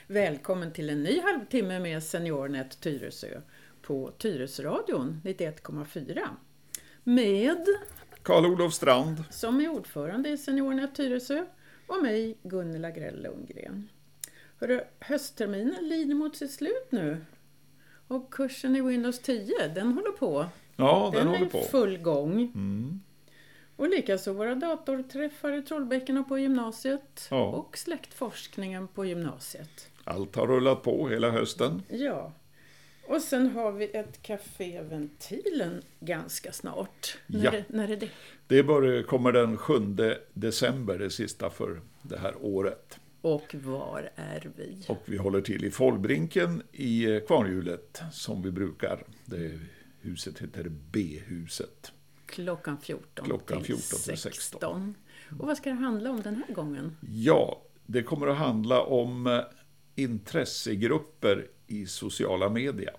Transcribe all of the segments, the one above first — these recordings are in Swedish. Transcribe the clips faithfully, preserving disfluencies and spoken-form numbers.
Välkommen till en ny halvtimme med SeniorNet Tyresö på Tyresöradion nittioett komma fyra. Med Carl-Olof Strand som är ordförande i SeniorNet Tyresö och mig Gunilla Grell Lundgren. Hörru, höstterminen lider mot sitt slut nu. Och kursen i Windows tio, den håller på. Ja, den, den håller är på. full gång. Mm. Och likaså våra datorträffar i Trollbäcken på gymnasiet. Ja. Och släktforskningen på gymnasiet. Allt har rullat på hela hösten. Ja. Och sen har vi ett Café Ventilen ganska snart. När, Ja. är, när är det? Det börjar, kommer den sjunde december, det sista för det här året. Och var är vi? Och vi håller till i Follbrinken i Kvarnhjulet som vi brukar. Det huset heter B-huset. Klockan fjorton, Klockan fjorton till till sexton. sexton. Och vad ska det handla om den här gången? Ja, det kommer att handla om intressegrupper i sociala medier.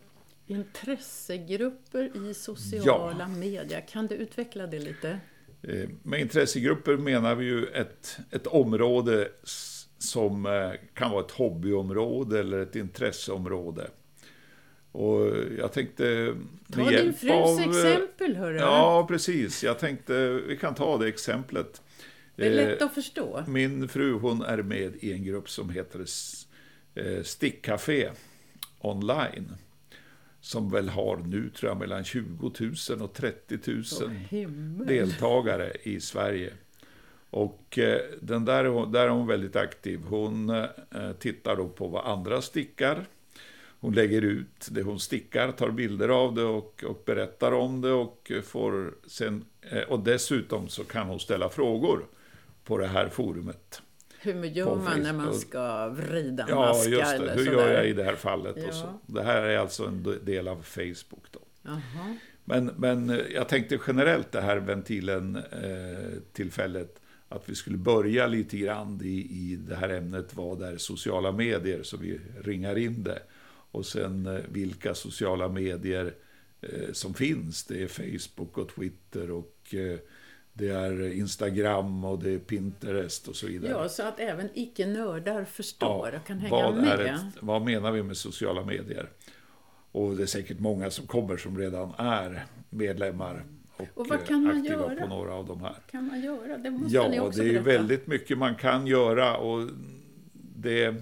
Intressegrupper i sociala Ja. medier. Kan du utveckla det lite? Med intressegrupper menar vi ju ett, ett område som kan vara ett hobbyområde eller ett intresseområde. Och jag tänkte... Ta din frus av, exempel, hörru. Ja, precis. Jag tänkte vi kan ta det exemplet. Det är lätt att förstå. Min fru, hon är med i en grupp som heter Stickcafé online. Som väl har nu tror jag mellan tjugo tusen och trettio tusen oh, deltagare i Sverige. Och eh, den där, där är hon väldigt aktiv. Hon eh, tittar då på vad andra stickar. Hon lägger ut det hon stickar, tar bilder av det och, och berättar om det. Och, får sen, eh, och dessutom så kan hon ställa frågor på det här forumet. Hur gör man när man ska vrida en ja, maska? Ja, just det. Eller hur så gör där? jag i det här fallet? Ja. Och så. Det här är alltså en del av Facebook då. Aha. Men, men jag tänkte generellt det här ventilen eh, tillfället att vi skulle börja lite grann i, i det här ämnet vad det är sociala medier, så vi ringar in det. Och sen eh, vilka sociala medier eh, som finns. Det är Facebook och Twitter och eh, det är Instagram och det är Pinterest och så vidare. Ja, så att även icke-nördar förstår ja, och kan hänga vad med. Är ett, vad menar vi med sociala medier? Och det är säkert många som kommer som redan är medlemmar och, och vad kan man aktiva göra? på några av de här. Vad kan man göra? Det måste ja, ni också det är ju berätta. väldigt mycket man kan göra och det,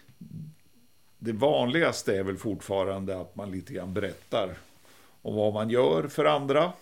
det vanligaste är väl fortfarande att man lite grann berättar om vad man gör för andra.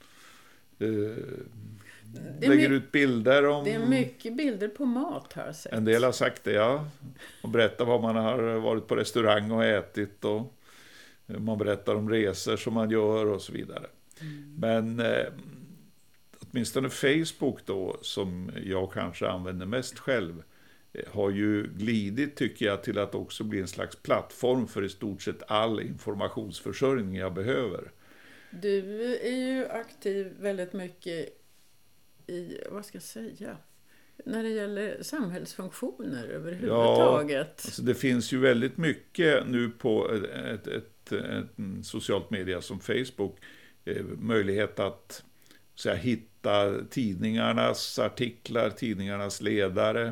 Det lägger my- ut bilder om... Det är mycket bilder på mat här sett. En del har sagt det, ja. Och berättar vad man har varit på restaurang och ätit och man berättar om resor som man gör och så vidare. Mm. Men eh, åtminstone Facebook då, som jag kanske använder mest själv, eh, har ju glidit tycker jag till att också bli en slags plattform för i stort sett all informationsförsörjning jag behöver. Du är ju aktiv väldigt mycket i, vad ska jag säga, när det gäller samhällsfunktioner överhuvudtaget. Ja, alltså det finns ju väldigt mycket nu på ett, ett, ett socialt media som Facebook. Eh, möjlighet att så här, hitta tidningarnas artiklar, tidningarnas ledare.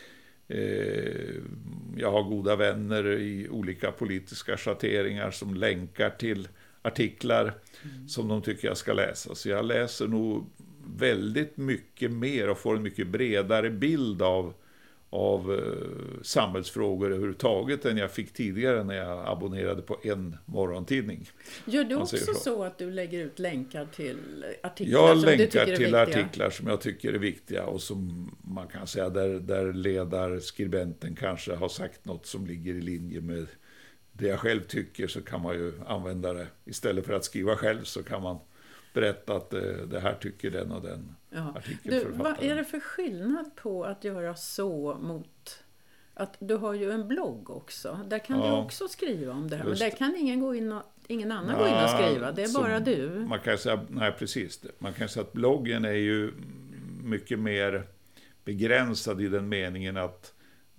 Eh, jag har goda vänner i olika politiska schatteringar som länkar till artiklar mm. som de tycker jag ska läsa. Så jag läser nog väldigt mycket mer och får en mycket bredare bild av, av eh, samhällsfrågor överhuvudtaget än jag fick tidigare när jag abonnerade på en morgontidning. Gör du också så. så att du lägger ut länkar till artiklar jag som du tycker länkar är till viktiga? artiklar som jag tycker är viktiga och som man kan säga där, där ledarskribenten kanske har sagt något som ligger i linje med det jag själv tycker, så kan man ju använda det. Istället för att skriva själv så kan man berätta att det, det här tycker den och den ja. artikelförfattaren. Du, vad är det för skillnad på att göra så mot att du har ju en blogg också. Där kan ja, du också skriva om det här. Men där kan ingen, gå in och, ingen annan ja, gå in och skriva. Det är som, bara du. Man kan säga, nej precis. Man kan säga att bloggen är ju mycket mer begränsad i den meningen att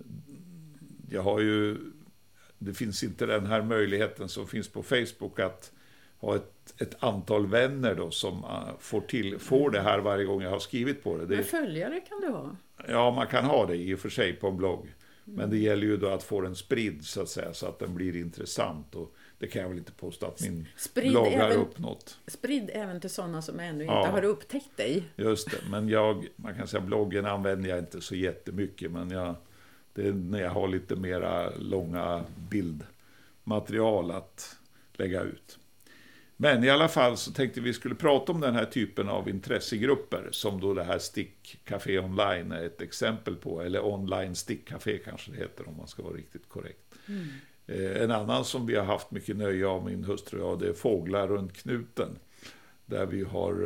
jag har ju, det finns inte den här möjligheten som finns på Facebook att ha ett, ett antal vänner då som får, till, får det här varje gång jag har skrivit på det. det Men följare kan du ha? Ja, man kan ha det i och för sig på en blogg. Men det gäller ju då att få den spridd så att säga, så att den blir intressant. Och det kan jag väl inte påstå att min Sprid blogg har även, uppnått. Spridd även till sådana som ännu Ja. inte har upptäckt dig. Just det, men jag, man kan säga bloggen använder jag inte så jättemycket, men jag, det är när jag har lite mera långa bildmaterial att lägga ut. Men i alla fall så tänkte vi skulle prata om den här typen av intressegrupper som då det här Stickcafé online är ett exempel på, eller online Stickcafé kanske det heter om man ska vara riktigt korrekt. Mm. Eh, en annan som vi har haft mycket nöje av, min hustru och jag, det är Fåglar runt knuten. Där vi har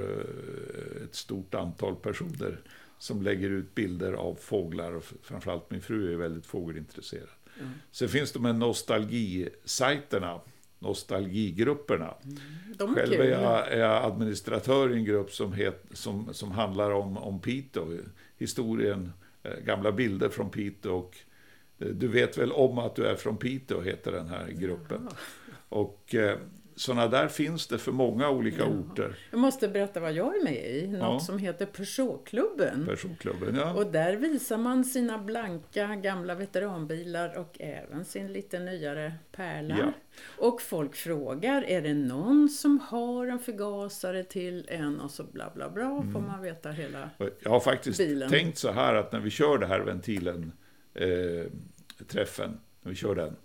eh, ett stort antal personer som lägger ut bilder av fåglar, och framförallt min fru är väldigt fågelintresserad. Mm. Sen finns de här nostalgisajterna, nostalgigrupperna. Mm, Själv är jag, är jag administratör i en grupp som, het, som, som handlar om, om Piteå, historien, eh, gamla bilder från Piteå, och eh, du vet väl om att du är från Piteå, heter den här gruppen. Ja. Och eh, sådana där finns det för många olika ja. orter. Jag måste berätta vad jag är med i. Något ja. som heter Peugeotklubben. Peugeotklubben, ja. Och där visar man sina blanka gamla veteranbilar och även sin lite nyare pärla. Ja. Och folk frågar, är det någon som har en förgasare till en, och så bla bla bla, mm. får man veta hela Jag har faktiskt bilen. tänkt så här att när vi kör det här ventilen eh, träffen, när vi kör den,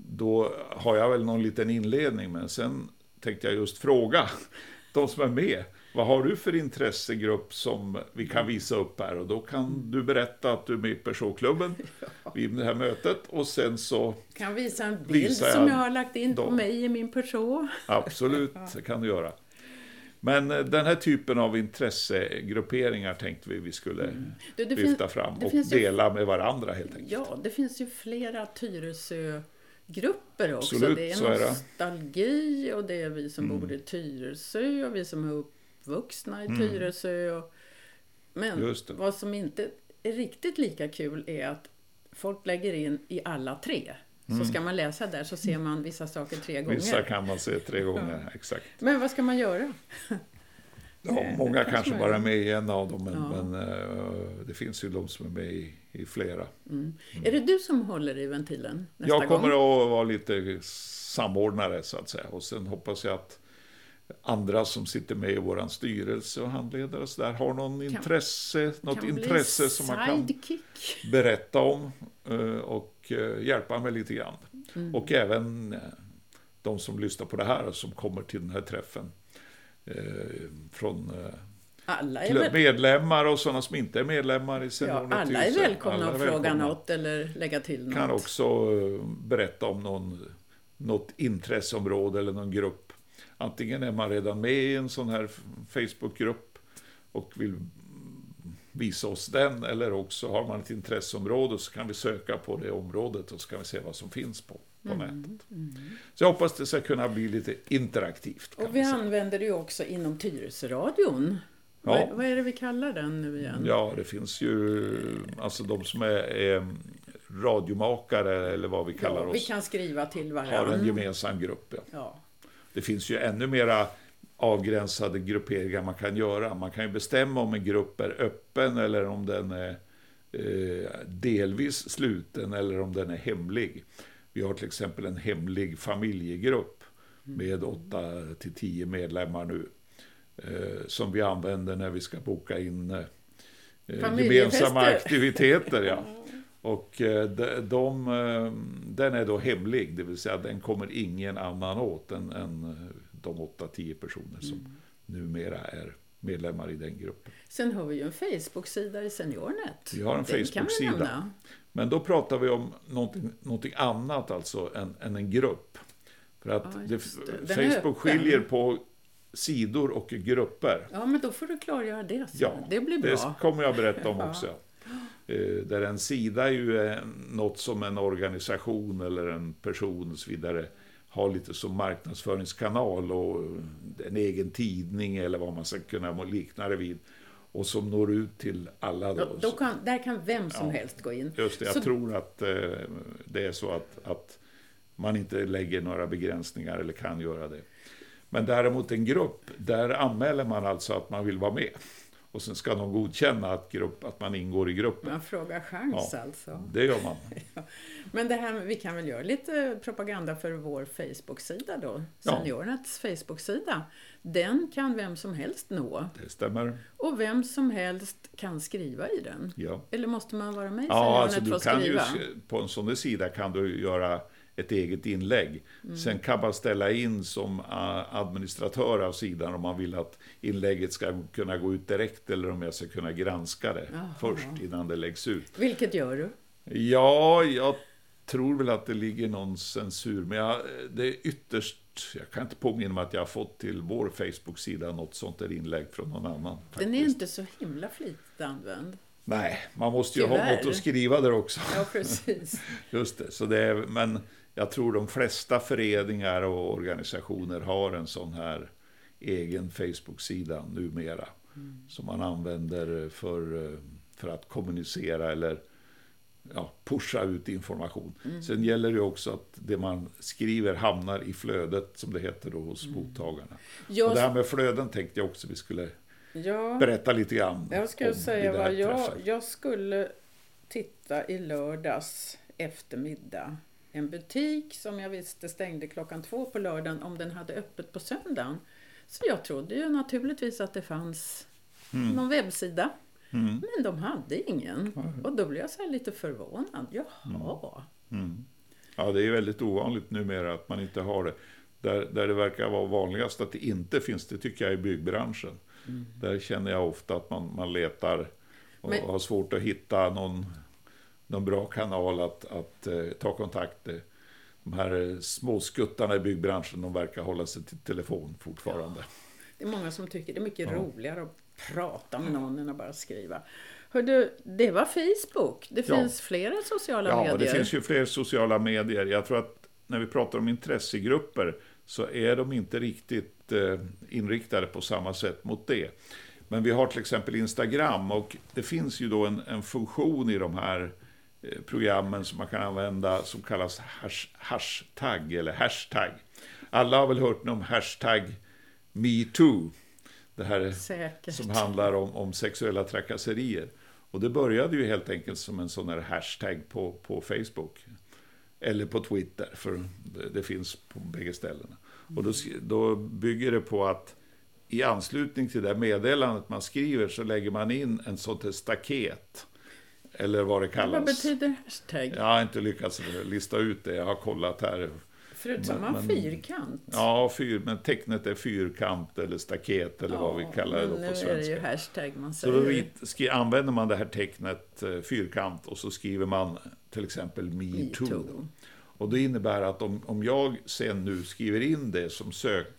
då har jag väl någon liten inledning, men sen tänkte jag just fråga de som är med, vad har du för intressegrupp som vi kan visa upp här? Och då kan du berätta att du är med i Peugeotklubben ja. vid det här mötet, och sen så kan visa en bild som jag har lagt in då. på mig i min Peugeot. Absolut, det kan du göra. Men den här typen av intressegrupperingar tänkte vi vi skulle mm. du, lyfta fin- fram och dela ju, med varandra helt enkelt. Ja, det finns ju flera Tyresö grupper också. Absolut, det är så är det. Nostalgi, och det är vi som mm. bor i Tyresö och vi som är uppvuxna i mm. Tyresö. Och, men vad som inte är riktigt lika kul är att folk lägger in i alla tre. Mm. Så ska man läsa där så ser man vissa saker tre gånger. Vissa kan man se tre gånger, ja. Exakt. Men vad ska man göra? Ja, många kanske, kanske bara är med i en av dem, men, ja. men uh, det finns ju de som är med i, i flera. Mm. Mm. Är det du som håller i ventilen nästa Jag kommer gång? att vara lite samordnare så att säga, och sen hoppas jag att andra som sitter med i våran styrelse och handledare så där har någon kan, intresse, något intresse som man kan berätta om uh, och uh, hjälpa mig lite grann. Mm. Och även uh, de som lyssnar på det här och som kommer till den här träffen. Eh, från eh, alla är väl... medlemmar och sådana som inte är medlemmar i Seniornet. Ja, alla är välkomna att fråga något eller lägga till något. Kan också eh, berätta om någon, något intresseområde eller någon grupp. Antingen är man redan med i en sån här Facebookgrupp och vill visa oss den, eller också har man ett intresseområde så kan vi söka på det området och så kan vi se vad som finns på. på mm, nätet. Mm. Så jag hoppas det ska kunna bli lite interaktivt. Och vi använder det ju också inom Tyresöradion. Ja. Vad, vad är det vi kallar den nu igen? Ja, det finns ju alltså de som är, är radiomakare eller vad vi kallar ja, oss. Vi kan skriva till varandra. Har en gemensam grupp. Ja. Ja. Det finns ju ännu mera avgränsade grupperingar man kan göra. Man kan ju bestämma om en grupp är öppen eller om den är eh, delvis sluten eller om den är hemlig. Vi har till exempel en hemlig familjegrupp med åtta till tio medlemmar nu. Eh, som vi använder när vi ska boka in eh, gemensamma aktiviteter. Ja. Och eh, de, de, den är då hemlig, det vill säga den kommer ingen annan åt än, än de åtta tio personer som mm. numera är medlemmar i den gruppen. Sen har vi ju en Facebook-sida i Seniornet. Vi har en Facebook-sida. Men då pratar vi om någonting, någonting annat alltså än, än en grupp. För att ja, det, Facebook skiljer på sidor och grupper. Ja, men då får du klargöra det sen. Ja, det blir bra. Det kommer jag berätta om också. Där en sida är ju något som en organisation eller en person och så vidare har lite som marknadsföringskanal och en egen tidning eller vad man ska kunna likna det vid. Och som når ut till alla. Då. Då, då kan, där kan vem som ja, helst gå in. Just det, jag så... tror att eh, det är så att, att man inte lägger några begränsningar eller kan göra det. Men däremot en grupp, där anmäler man alltså att man vill vara med. Och sen ska någon godkänna att, grupp, att man ingår i gruppen. Man frågar chans Ja, alltså. det gör man. Ja. Men det här, vi kan väl göra lite propaganda för vår Facebook-sida då. Ja. Seniornets Facebook-sida. Den kan vem som helst nå. Det stämmer. Och vem som helst kan skriva i den. Ja. Eller måste man vara med i Ja, Seniornet alltså för du att kan ju, skriva? på en sån där sida kan du göra ett eget inlägg. Mm. Sen kan man ställa in som administratör av sidan om man vill att inlägget ska kunna gå ut direkt eller om jag ska kunna granska det Jaha. först innan det läggs ut. Vilket gör du? Ja, jag tror väl att det ligger någon censur, men jag, det är ytterst, jag kan inte påminna mig att jag har fått till vår Facebook-sida något sånt där inlägg från någon annan. Faktiskt. Den är inte så himla flitigt använd. Nej, man måste ju Tyvärr. ha något att skriva där också. Ja, precis. Just det, så det är, men jag tror de flesta föreningar och organisationer har en sån här egen Facebook-sida numera. Mm. Som man använder för, för att kommunicera eller ja, pusha ut information. Mm. Sen gäller det också att det man skriver hamnar i flödet, som det heter då, hos mm. mottagarna. Jag... Och det här med flöden tänkte jag också vi skulle ja, berätta lite grann. Jag ska säga vad jag, jag skulle titta i lördags eftermiddag. En butik som jag visste stängde klockan två på lördagen om den hade öppet på söndagen. Så jag trodde ju naturligtvis att det fanns mm. någon webbsida. Mm. Men de hade ingen. Mm. Och då blev jag så här lite förvånad. Jaha. Mm. Mm. Ja, det är väldigt ovanligt numera att man inte har det. Där, där det verkar vara vanligast att det inte finns, det tycker jag i byggbranschen. Mm. Där känner jag ofta att man, man letar och Men... har svårt att hitta någon, någon bra kanal att, att eh, ta kontakt. De här småskuttarna i byggbranschen, de verkar hålla sig till telefon fortfarande. Ja. Det är många som tycker det är mycket ja. roligare att prata med någon än att bara skriva. Hördu, det var Facebook. Det ja. finns flera sociala ja, medier. Ja, det finns ju fler sociala medier. Jag tror att när vi pratar om intressegrupper så är de inte riktigt eh, inriktade på samma sätt mot det. Men vi har till exempel Instagram och det finns ju då en, en funktion i de här eh, programmen som man kan använda som kallas hash, hashtag eller hashtag. Alla har väl hört om hashtag MeToo. Det här Säkert. som handlar om, om sexuella trakasserier. Och det började ju helt enkelt som en sån här hashtag på, på Facebook. Eller på Twitter, för det, det finns på bägge ställena. Mm. Och då, då bygger det på att i anslutning till det meddelandet man skriver så lägger man in en sånt staket. Eller vad det kallas. Vad betyder hashtag? Jag har inte lyckats lista ut det, jag har kollat här. Förutom men, man fyrkant. Ja, fyr, men tecknet är fyrkant eller staket eller ja, vad vi kallar det då på svenska. Nu är det ju hashtag man säger. Så då skri, använder man det här tecknet fyrkant och så skriver man till exempel MeToo. Me och det innebär att om, om jag sen nu skriver in det som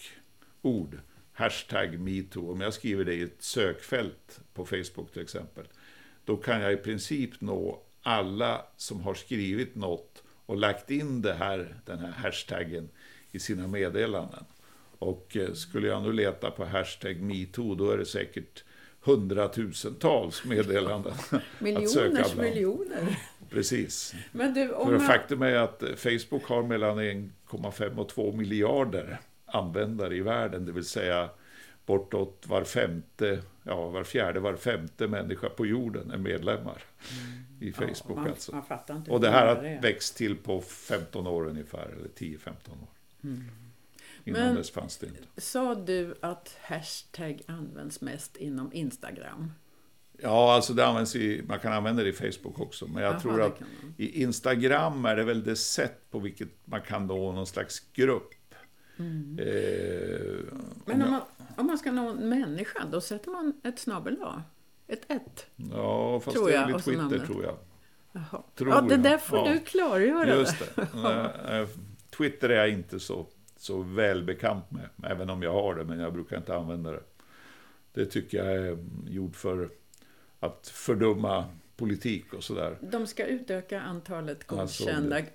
sökord, hashtag MeToo, om jag skriver det i ett sökfält på Facebook till exempel, då kan jag i princip nå alla som har skrivit något och lagt in det här, den här hashtaggen i sina meddelanden. Och eh, skulle jag nu leta på hashtag MeToo, då är det säkert hundratusentals meddelanden att söka bland. miljoner. Precis. Men du, om För man... faktum är att Facebook har mellan en komma fem och två miljarder användare i världen, det vill säga bortåt var femte, ja var fjärde, var femte människa på jorden är medlemmar mm. i Facebook. Ja, man, alltså. Man fattar inte och det här har växt till på femton år ungefär, eller tio femton år. Mm. Innan Men, dess fanns det inte. Sa du att hashtag används mest inom Instagram? Ja, alltså det används i, man kan använda det i Facebook också. Men jag Aha, tror att i Instagram är det väl det sätt på vilket man kan nå någon slags grupp. Mm. Eh, Men om man, om man ska nå en människa, då sätter man ett snabel då? Ett ett? Ja, fast tror det är väl Twitter tror jag. Jaha. Tror ja, det där får ja. du klargöra. Just det. Twitter är jag inte så, så välbekant med, även om jag har det, men jag brukar inte använda det. Det tycker jag är gjort för att fördöma politik och sådär. De ska utöka antalet godkända alltså,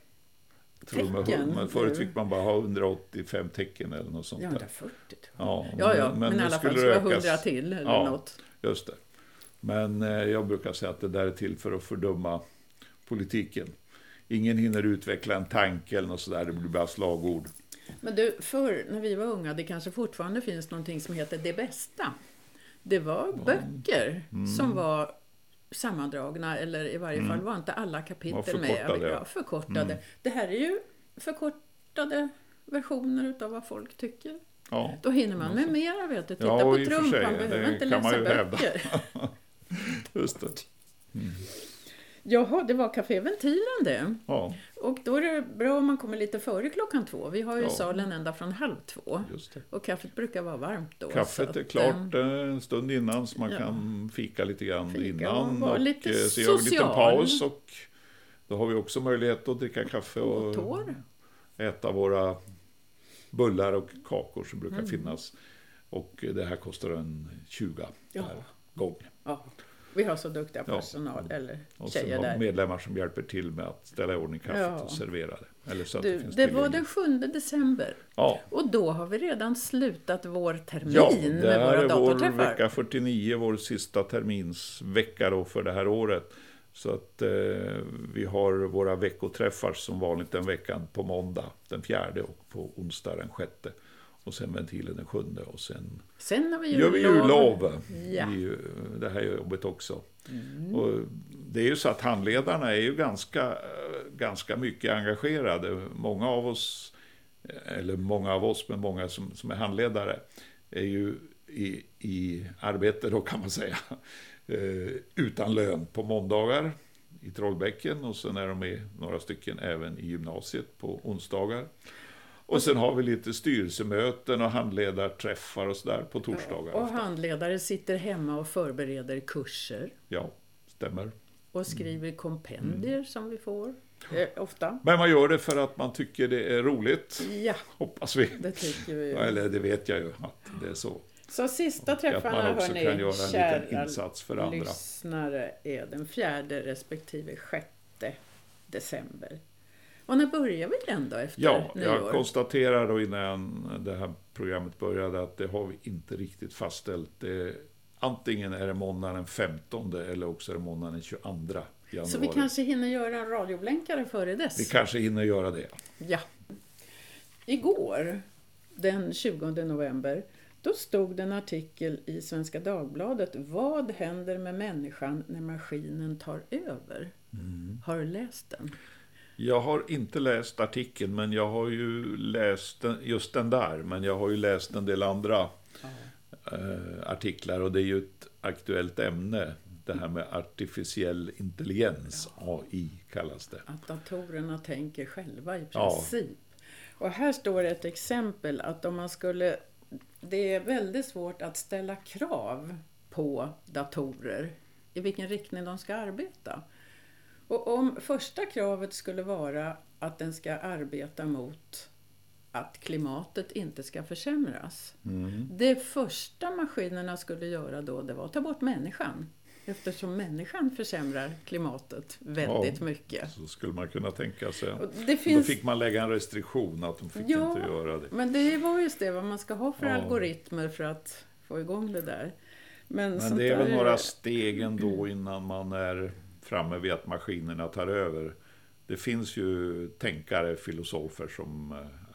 tecken. Man, förut fick man bara ha hundraåttiofem tecken eller något sånt. Ja, hundrafyrtio tror jag. Ja, ja, ja men, men i alla fall så var hundra till eller ja, något. Just det. Men eh, jag brukar säga att det där är till för att fördöma politiken. Ingen hinner utveckla en tanke eller något sådär, det blir bara slagord. Men du, förr när vi var unga, det kanske fortfarande finns någonting som heter Det Bästa. Det var böcker mm. som var sammandragna, eller i varje fall mm. var inte alla kapitel med. Ja, förkortade. Mm. Det här är ju förkortade versioner utav vad folk tycker. Ja. Då hinner man med mer, vet du. Titta ja, på Trump, man behöver inte läsa böcker. Just det. Mm. Jaha, det var Café Ventilen det. Ja. Och då är det bra om man kommer lite före klockan två. Vi har ju ja. salen ända från halv två. Just det. Och kaffet brukar vara varmt då. Kaffet är att, klart en stund innan, så man ja. kan fika lite grann fika innan. Och, och lite så gör vi en liten paus, och då har vi också möjlighet att dricka kaffe och, och äta våra bullar och kakor som brukar mm. finnas. Och det här kostar en tjugo ja. per gång. Ja. Vi har så duktiga personal ja. eller och tjejer där. Och där. medlemmar som hjälper till med att ställa i ordning kaffet ja. och servera det. Eller så att du, det finns det var den sjunde december. Ja. Och då har vi redan slutat vår termin ja, med våra datorträffar. Ja, det är vår vecka fyrtionio, vår sista terminsvecka då för det här året. Så att eh, vi har våra veckoträffar som vanligt den veckan på måndag den fjärde och på onsdag den sjätte. Och sen Ventilen den sjunde och sen, sen har vi gör vi jullov ja. i det här jobbet också. Mm. Och det är ju så att handledarna är ju ganska, ganska mycket engagerade. Många av oss, eller många av oss, men många som, som är handledare är ju i, i arbete då, kan man säga, utan lön på måndagar i Trollbäcken, och sen är de med några stycken även i gymnasiet på onsdagar. Och sen har vi lite styrelsemöten och handledarträffar och sådär på torsdagar. Och handledare sitter hemma och förbereder kurser. Ja, stämmer. Och skriver mm. kompendier mm. som vi får eh, ofta. Men man gör det för att man tycker det är roligt. Ja, hoppas vi. Det tycker vi ju. Eller det vet jag ju att det är så. Så sista träffarna, hörni, kära insats för andra. lyssnare, är den fjärde respektive sjätte december. Och när börjar vi den då efter Ja, nyår? jag konstaterar då innan det här programmet började att det har vi inte riktigt fastställt. Det, antingen är det måndagen den femtonde eller också är det måndagen den tjugoandra januari. Så vi kanske hinner göra en radioblänkare före dess? Vi kanske hinner göra det. Ja. Igår, den tjugonde november, då stod det en artikel i Svenska Dagbladet. Vad händer med människan när maskinen tar över? Mm. Har du läst den? Jag har inte läst artikeln, men jag har ju läst den, just den där. Men jag har ju läst en del andra eh, artiklar, och det är ju ett aktuellt ämne. Det här med artificiell intelligens, ja. A I kallas det. Att datorerna tänker själva i princip. Ja. Och här står ett exempel att om man skulle... Det är väldigt svårt att ställa krav på datorer i vilken riktning de ska arbeta. Och om första kravet skulle vara att den ska arbeta mot att klimatet inte ska försämras. Mm. Det första maskinerna skulle göra då, det var att ta bort människan. Eftersom människan försämrar klimatet väldigt ja, mycket. Så skulle man kunna tänka sig. Det finns... Då fick man lägga en restriktion att de fick ja, inte göra det. Men det var just det vad man ska ha för ja. algoritmer för att få igång det där. Men, men det är väl där... några steg ändå innan man är framme vid att maskinerna tar över. Det finns ju tänkare, filosofer som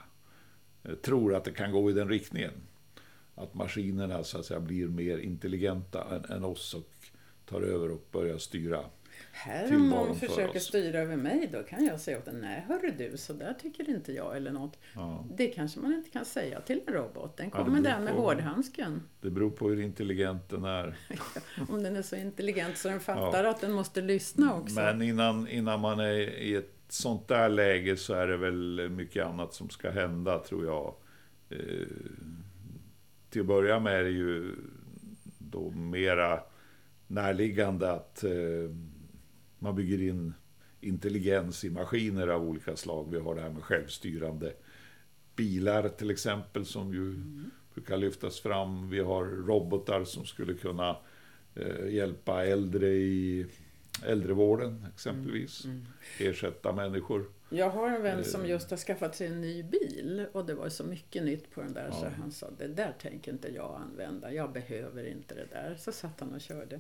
eh, tror att det kan gå i den riktningen. Att maskinerna så att säga blir mer intelligenta än, än oss och tar över och börjar styra. Här om någon försöker oss. styra över mig, då kan jag säga åt den, nej hörru du, så där tycker inte jag eller något. Ja. Det kanske man inte kan säga till en robot. Den kommer ja, där med på, hårdhandsken. Det beror på hur intelligent den är. Om den är så intelligent så den fattar ja. att den måste lyssna också. Men innan, innan man är i ett sånt där läge så är det väl mycket annat som ska hända, tror jag. Eh, till att börja med är det ju då mera närliggande att eh, man bygger in intelligens i maskiner av olika slag. Vi har det här med självstyrande bilar till exempel som ju mm. brukar lyftas fram. Vi har robotar som skulle kunna eh, hjälpa äldre i äldrevården exempelvis. Mm. Mm. Ersätta människor. Jag har en vän som just har skaffat sig en ny bil och det var så mycket nytt på den där ja. så han sa, det där tänker inte jag använda. Jag behöver inte det där. Så satt han och körde.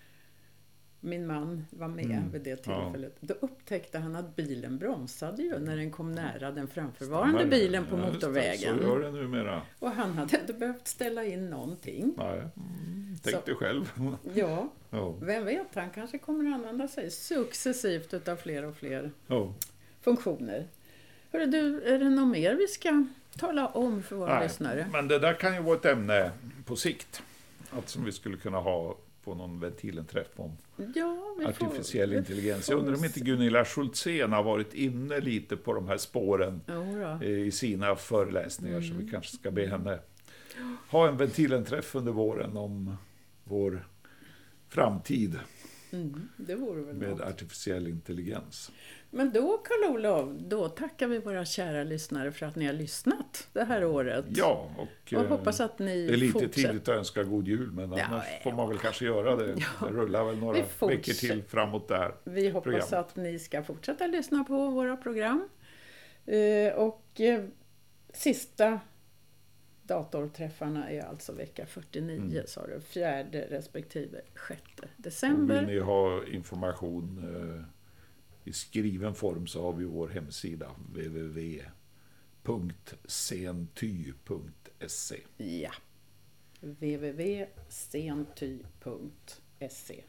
Min man var med mm. vid det tillfället. Ja. Då upptäckte han att bilen bromsade ju när den kom nära den framförvarande Stämmer. bilen på ja, motorvägen. Så gör det numera. Och han hade inte behövt ställa in någonting. Nej. Mm. Tänk Så- dig själv. Ja, Ja. vem vet, han kanske kommer att använda sig successivt utav fler och fler Ja. funktioner. Hörru du, är det något mer vi ska tala om för våra Nej, lyssnare? men det där kan ju vara ett ämne på sikt. Att som vi skulle kunna ha på någon ventilenträff om Ja, vi får, artificiell vi intelligens. får Jag undrar om inte se. Gunilla Schultzén har varit inne lite på de här spåren Jo då. eh, i sina föreläsningar, så Mm. vi kanske ska be henne ha en ventilenträff under våren om vår framtid Mm, det vore väl med något. artificiell intelligens. Men då, Karl-Olof, då tackar vi våra kära lyssnare för att ni har lyssnat det här året. Ja, och, Och eh, hoppas att ni det är lite fortsätter. tidigt att önska god jul, men Ja, annars ja. får man väl kanske göra det. Ja. Det rullar väl några Vi fortsätter. veckor till framåt där. Vi hoppas programmet. att ni ska fortsätta lyssna på våra program. Eh, och eh, sista datorträffarna är alltså vecka fyrtionio, Mm. sa du. Fjärde respektive sjätte Och december. vill ni ha information eh, i skriven form så har vi vår hemsida w w w punkt senty punkt se. Ja. w w w punkt senty punkt se.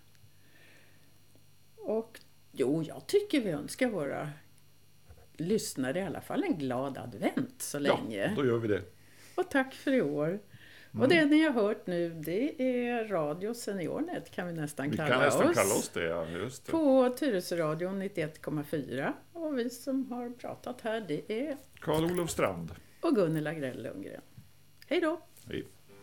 Och jo, jag tycker vi önskar våra lyssnare i alla fall en glad advent så länge. Ja, då gör vi det. Och tack för i år. Mm. Och det ni har hört nu, det är Radio Seniornet kan vi nästan Vi kalla kan nästan oss. kalla oss det, ja, just det. På Tyresöradion nittioett komma fyra. Och vi som har pratat här, det är Karl-Olof Strand. och Gunilla Grell Lundgren. Hej då! Hej.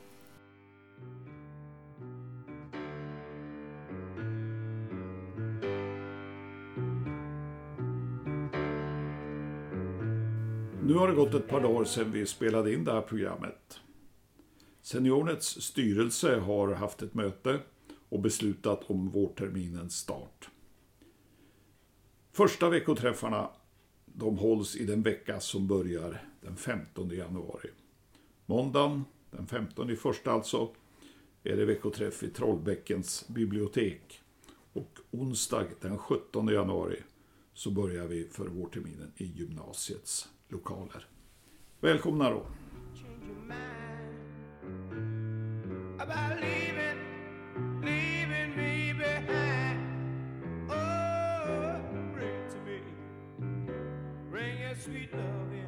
Nu har det gått ett par dagar sedan vi spelade in det här programmet. Seniornets styrelse har haft ett möte och beslutat om vårterminens start. Första veckoträffarna de hålls i den vecka som börjar den femtonde januari. Måndagen den femtonde första alltså är det veckoträff i Trollbäckens bibliotek. Och onsdag den sjuttonde januari så börjar vi för vårterminen i gymnasiets lokaler. Välkomna då! Change your mind about leaving, leaving me behind. Oh, bring it to me, bring your sweet love in.